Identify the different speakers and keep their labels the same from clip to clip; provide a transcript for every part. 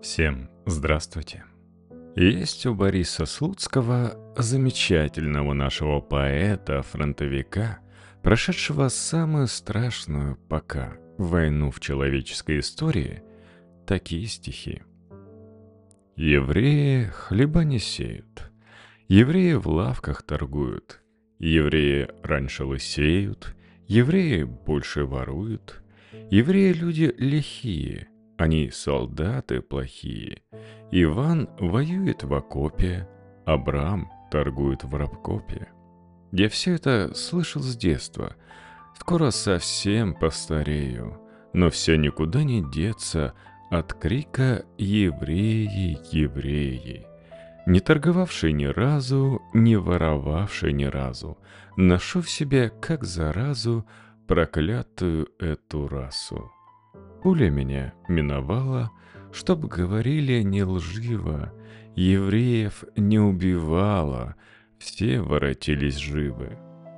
Speaker 1: Всем здравствуйте. Есть у Бориса Слуцкого, замечательного нашего поэта-фронтовика, прошедшего самую страшную пока войну в человеческой истории, такие стихи. Евреи хлеба не сеют, евреи в лавках торгуют, евреи раньше лысеют, евреи больше воруют, евреи люди лихие, они солдаты плохие. Иван воюет в окопе, Абрам торгует в рабкопе. Я все это слышал с детства. Скоро совсем постарею, но все никуда не деться от крика «Евреи, евреи!». Не торговавший ни разу, не воровавший ни разу, ношу в себе, как заразу, проклятую эту расу. Пуля меня миновала, чтоб говорили не лживо, евреев не убивала, все воротились живы.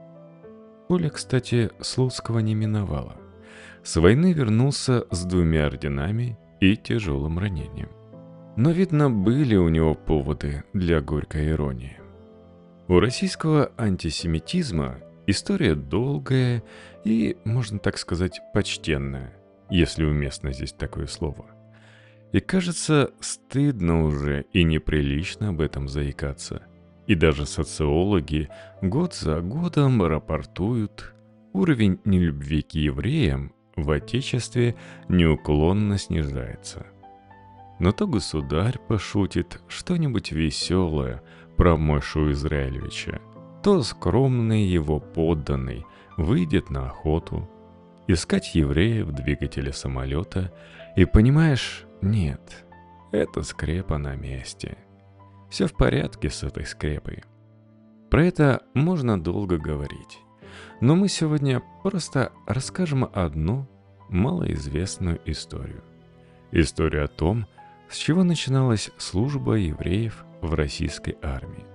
Speaker 1: Пуля, кстати, Слуцкого не миновала. С войны вернулся с 2 орденами и тяжелым ранением. Но, видно, были у него поводы для горькой иронии. У российского антисемитизма история долгая и, можно так сказать, почтенная, если уместно здесь такое слово. И кажется, стыдно уже и неприлично об этом заикаться. И даже социологи год за годом рапортуют, уровень нелюбви к евреям в Отечестве неуклонно снижается. Но то государь пошутит что-нибудь веселое про Мойшу Израилевича, то скромный его подданный выйдет на охоту, искать евреев в двигателе самолета, и понимаешь, нет, эта скрепа на месте. Все в порядке с этой скрепой. Про это можно долго говорить. Но мы сегодня просто расскажем одну малоизвестную историю. Историю о том, с чего начиналась служба евреев в российской армии.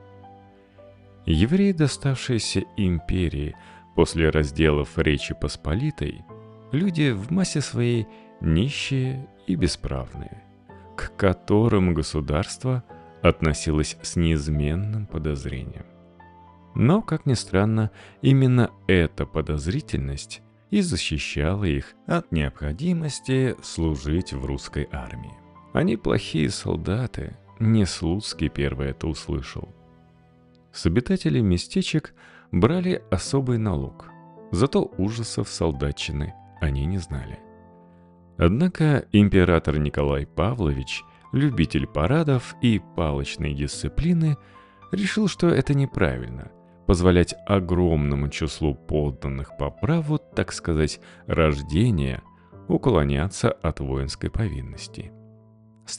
Speaker 1: Евреи, доставшиеся империи после разделов Речи Посполитой, люди в массе своей нищие и бесправные, к которым государство относилось с неизменным подозрением. Но, как ни странно, именно эта подозрительность и защищала их от необходимости служить в русской армии. Они плохие солдаты, не Слуцкий первый это услышал. С обитателей местечек брали особый налог, зато ужасов солдатчины они не знали. Однако император Николай Павлович, любитель парадов и палочной дисциплины, решил, что это неправильно – позволять огромному числу подданных по праву, так сказать, рождения, уклоняться от воинской повинности. С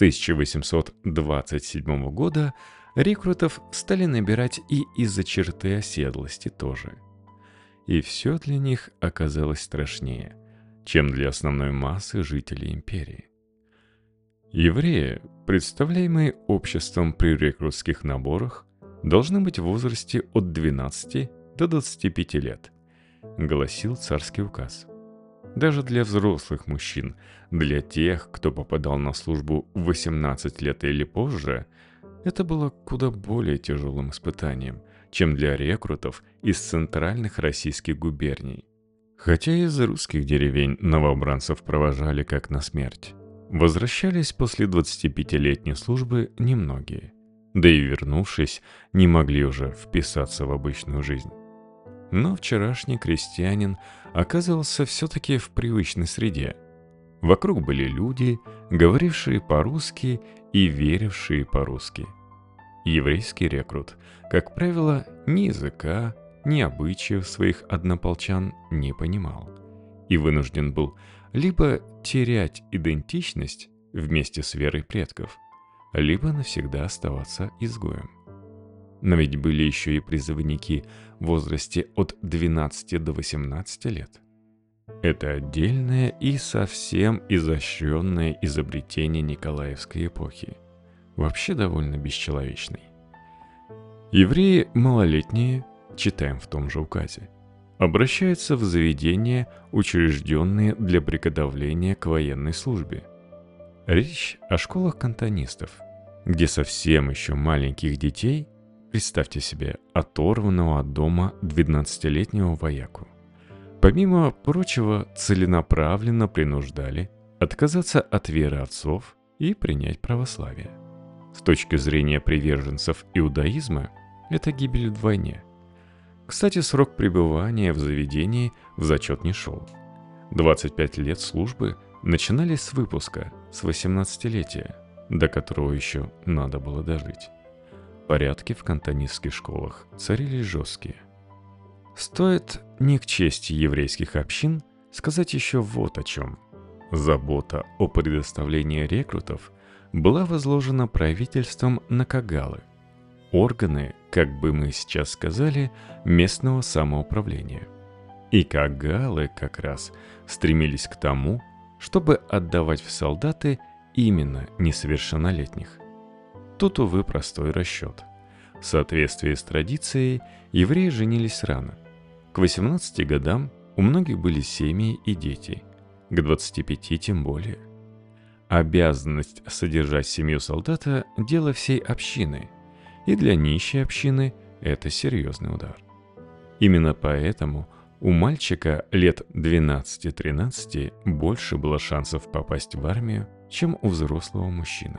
Speaker 1: 1827 года рекрутов стали набирать и из-за черты оседлости тоже. И все для них оказалось страшнее, чем для основной массы жителей империи. Евреи, представляемые обществом при рекрутских наборах, должны быть в возрасте от 12 до 25 лет, гласил царский указ. Даже для взрослых мужчин, для тех, кто попадал на службу в 18 лет или позже, это было куда более тяжелым испытанием, чем для рекрутов из центральных российских губерний. Хотя из русских деревень новобранцев провожали как на смерть, возвращались после 25-летней службы немногие, да и вернувшись, не могли уже вписаться в обычную жизнь. Но вчерашний крестьянин оказывался все-таки в привычной среде. Вокруг были люди, говорившие по-русски и верившие по-русски. Еврейский рекрут, как правило, ни языка, ни обычаев своих однополчан не понимал и вынужден был либо терять идентичность вместе с верой предков, либо навсегда оставаться изгоем. Но ведь были еще и призывники в возрасте от 12 до 18 лет. Это отдельное и совсем изощренное изобретение Николаевской эпохи, вообще довольно бесчеловечный. Евреи малолетние, читаем в том же указе, обращаются в заведения, учрежденные для приготовления к военной службе. Речь о школах кантонистов, где совсем еще маленьких детей, представьте себе, оторванного от дома 12-летнего вояку, помимо прочего, целенаправленно принуждали отказаться от веры отцов и принять православие. С точки зрения приверженцев иудаизма, это гибель вдвойне. Кстати, срок пребывания в заведении в зачет не шел. 25 лет службы начинались с выпуска, с 18-летия, до которого еще надо было дожить. Порядки в кантонистских школах царили жесткие. Стоит не к чести еврейских общин сказать еще вот о чем. Забота о предоставлении рекрутов была возложена правительством на кагалы, органы, как бы мы сейчас сказали, местного самоуправления. И кагалы как раз стремились к тому, чтобы отдавать в солдаты именно несовершеннолетних. Тут, увы, простой расчет. В соответствии с традицией, евреи женились рано. К 18 годам у многих были семьи и дети, к 25 тем более. Обязанность содержать семью солдата – дело всей общины, и для нищей общины это серьезный удар. Именно поэтому у мальчика лет 12-13 больше было шансов попасть в армию, чем у взрослого мужчины.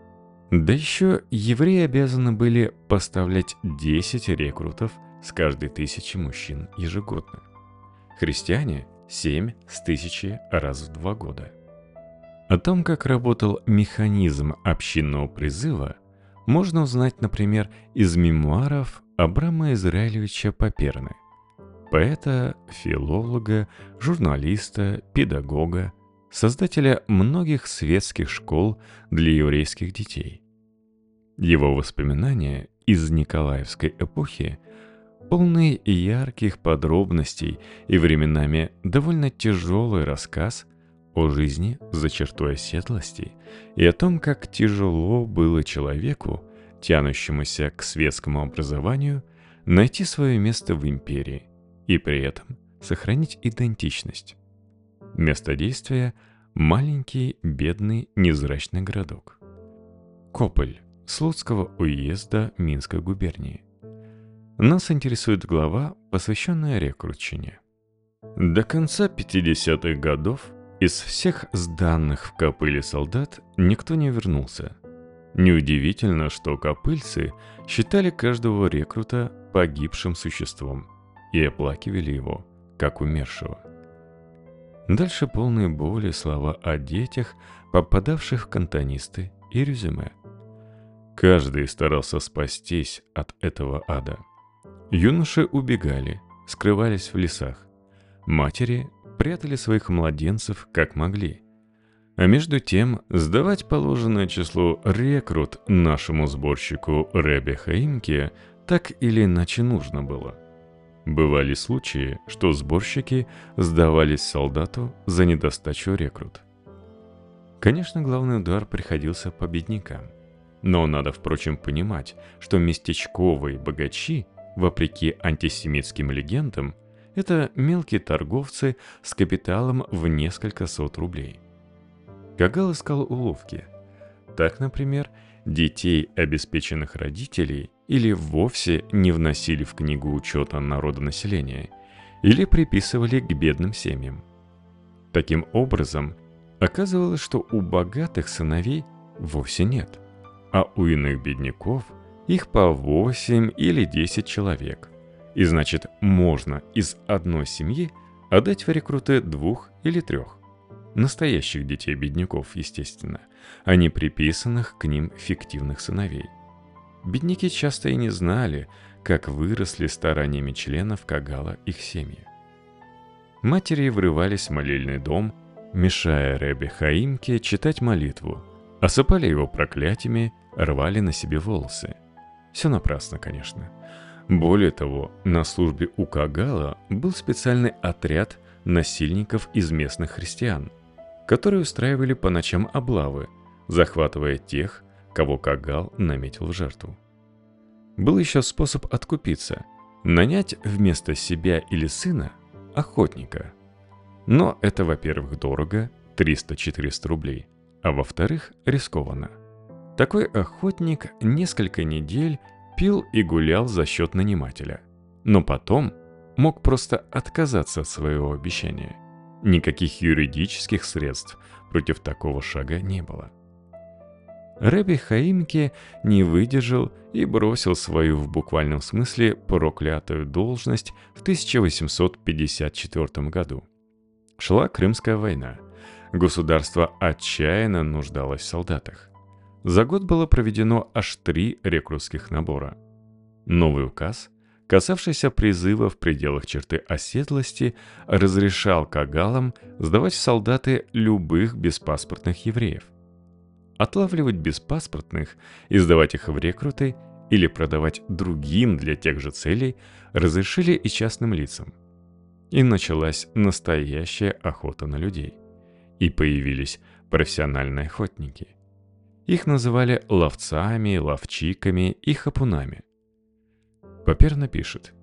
Speaker 1: Да еще евреи обязаны были поставлять 10 рекрутов с каждой 1000 мужчин ежегодно. Христиане – 7 с 1000 раз в 2 года. О том, как работал механизм общинного призыва, можно узнать, например, из мемуаров Абрама Израилевича Паперны, поэта, филолога, журналиста, педагога, создателя многих светских школ для еврейских детей. Его воспоминания из Николаевской эпохи полный ярких подробностей и временами довольно тяжелый рассказ о жизни за чертой оседлости и о том, как тяжело было человеку, тянущемуся к светскому образованию, найти свое место в империи и при этом сохранить идентичность. Место действия – маленький, бедный, невзрачный городок. Кополь Слуцкого уезда Минской губернии. Нас интересует глава, посвященная рекрутчине. До конца 50-х годов из всех сданных в Копыле солдат никто не вернулся. Неудивительно, что копыльцы считали каждого рекрута погибшим существом и оплакивали его, как умершего. Дальше полные боли слова о детях, попадавших в кантонисты, и резюме. Каждый старался спастись от этого ада. Юноши убегали, скрывались в лесах. Матери прятали своих младенцев как могли. А между тем сдавать положенное число рекрут нашему сборщику Ребе Хаимке так или иначе нужно было. Бывали случаи, что сборщики сдавались солдату за недостачу рекрут. Конечно, главный удар приходился по беднякам. Но надо, впрочем, понимать, что местечковые богачи, вопреки антисемитским легендам, это мелкие торговцы с капиталом в несколько сот рублей. Кагал искал уловки. Так, например, детей обеспеченных родителей или вовсе не вносили в книгу учета народонаселения, или приписывали к бедным семьям. Таким образом, оказывалось, что у богатых сыновей вовсе нет, а у иных бедняков их по 8 или 10 человек. И значит, можно из одной семьи отдать в рекруты 2 или 3. Настоящих детей бедняков, естественно, а не приписанных к ним фиктивных сыновей. Бедняки часто и не знали, как выросли стараниями членов кагала их семьи. Матери врывались в молельный дом, мешая Ребе Хаимке читать молитву, осыпали его проклятиями, рвали на себе волосы. Все напрасно, конечно. Более того, на службе у кагала был специальный отряд насильников из местных христиан, которые устраивали по ночам облавы, захватывая тех, кого кагал наметил в жертву. Был еще способ откупиться – нанять вместо себя или сына охотника. Но это, во-первых, дорого – 300-400 рублей, а во-вторых, рискованно. Такой охотник несколько недель пил и гулял за счет нанимателя, но потом мог просто отказаться от своего обещания. Никаких юридических средств против такого шага не было. Ребби Хаимке не выдержал и бросил свою в буквальном смысле проклятую должность в 1854 году. Шла Крымская война. Государство отчаянно нуждалось в солдатах. За год было проведено аж 3 рекрутских набора. Новый указ, касавшийся призыва в пределах черты оседлости, разрешал кагалам сдавать в солдаты любых беспаспортных евреев. Отлавливать беспаспортных и сдавать их в рекруты или продавать другим для тех же целей разрешили и частным лицам. И началась настоящая охота на людей. И появились профессиональные охотники. Их называли ловцами, ловчиками и хапунами. Паперно пишет: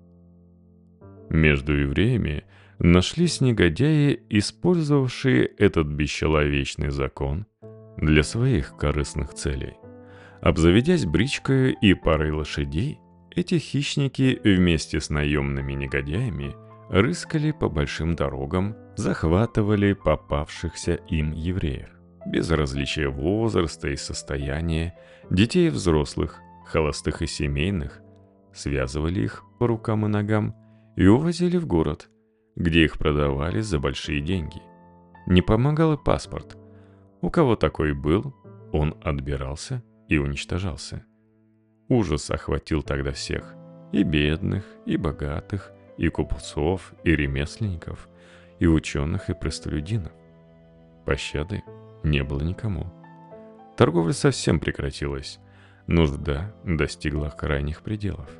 Speaker 1: «Между евреями нашлись негодяи, использовавшие этот бесчеловечный закон для своих корыстных целей. Обзаведясь бричкою и парой лошадей, эти хищники вместе с наемными негодяями рыскали по большим дорогам, захватывали попавшихся им евреев, без различия возраста и состояния, детей и взрослых, холостых и семейных, связывали их по рукам и ногам и увозили в город, где их продавали за большие деньги. Не помогал и паспорт. У кого такой был, он отбирался и уничтожался. Ужас охватил тогда всех, и бедных, и богатых, и купцов, и ремесленников, и ученых, и простолюдинов. Пощады не было никому. Торговля совсем прекратилась, нужда достигла крайних пределов.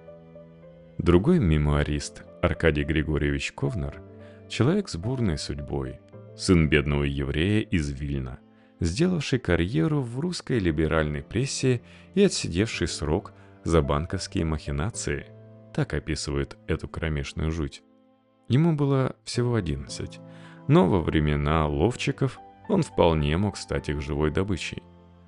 Speaker 1: Другой мемуарист, Аркадий Григорьевич Ковнер, человек с бурной судьбой, сын бедного еврея из Вильна, сделавший карьеру в русской либеральной прессе и отсидевший срок за банковские махинации, так описывает эту кромешную жуть. Ему было всего 11, но во времена ловчиков он вполне мог стать их живой добычей.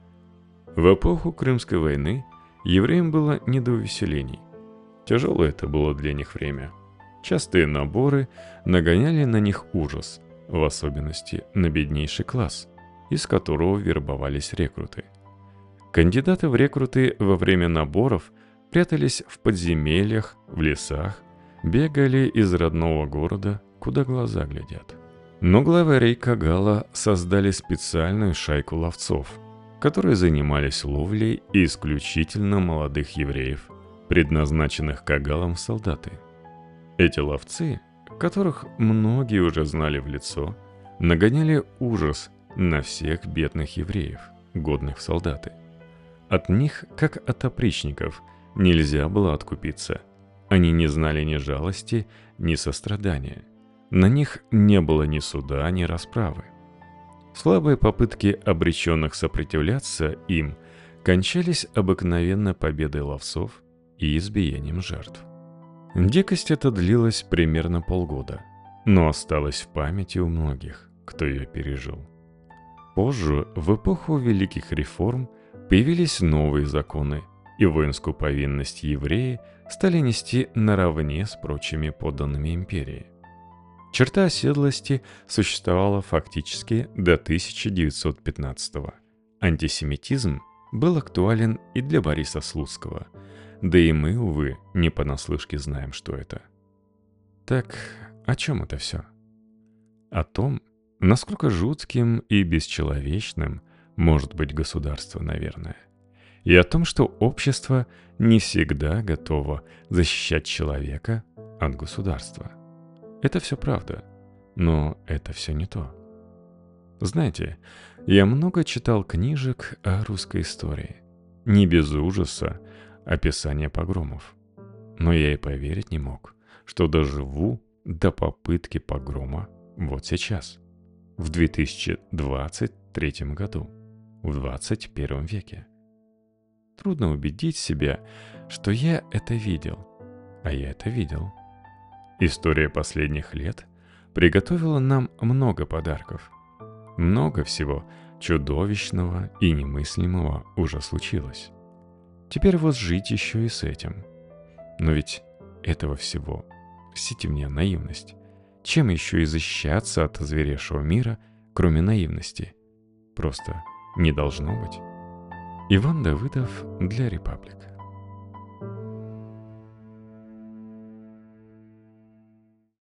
Speaker 1: В эпоху Крымской войны евреям было не до увеселений. Тяжелое это было для них время. Частые наборы нагоняли на них ужас, в особенности на беднейший класс, из которого вербовались рекруты. Кандидаты в рекруты во время наборов прятались в подземельях, в лесах, бегали из родного города, куда глаза глядят. Но главари Кагала создали специальную шайку ловцов, которые занимались ловлей исключительно молодых евреев, предназначенных Кагалом в солдаты. Эти ловцы, которых многие уже знали в лицо, нагоняли ужас на всех бедных евреев, годных в солдаты. От них, как от опричников, нельзя было откупиться. Они не знали ни жалости, ни сострадания. На них не было ни суда, ни расправы. Слабые попытки обреченных сопротивляться им кончались обыкновенно победой ловцов и избиением жертв. Дикость эта длилась примерно полгода, но осталась в памяти у многих, кто ее пережил. Позже, в эпоху великих реформ, появились новые законы, и воинскую повинность евреи стали нести наравне с прочими подданными империи. Черта оседлости существовала фактически до 1915-го. Антисемитизм был актуален и для Бориса Слуцкого, да и мы, увы, не понаслышке знаем, что это. Так, о чем это все? О том, насколько жутким и бесчеловечным может быть государство, наверное. И о том, что общество не всегда готово защищать человека от государства. Это все правда, но это все не то. Знаете, я много читал книжек о русской истории. Не без ужаса описания погромов. Но я и поверить не мог, что доживу до попытки погрома вот сейчас, в 2023 году, в 21 веке. Трудно убедить себя, что я это видел, а я это видел. История последних лет приготовила нам много подарков. Много всего, чудовищного и немыслимого уже случилось. Теперь вот жить еще и с этим. Но ведь этого всего, простите мне наивность, чем еще и защищаться от озверевшего мира, кроме наивности? Просто не должно быть. Иван Давыдов для Репаблик.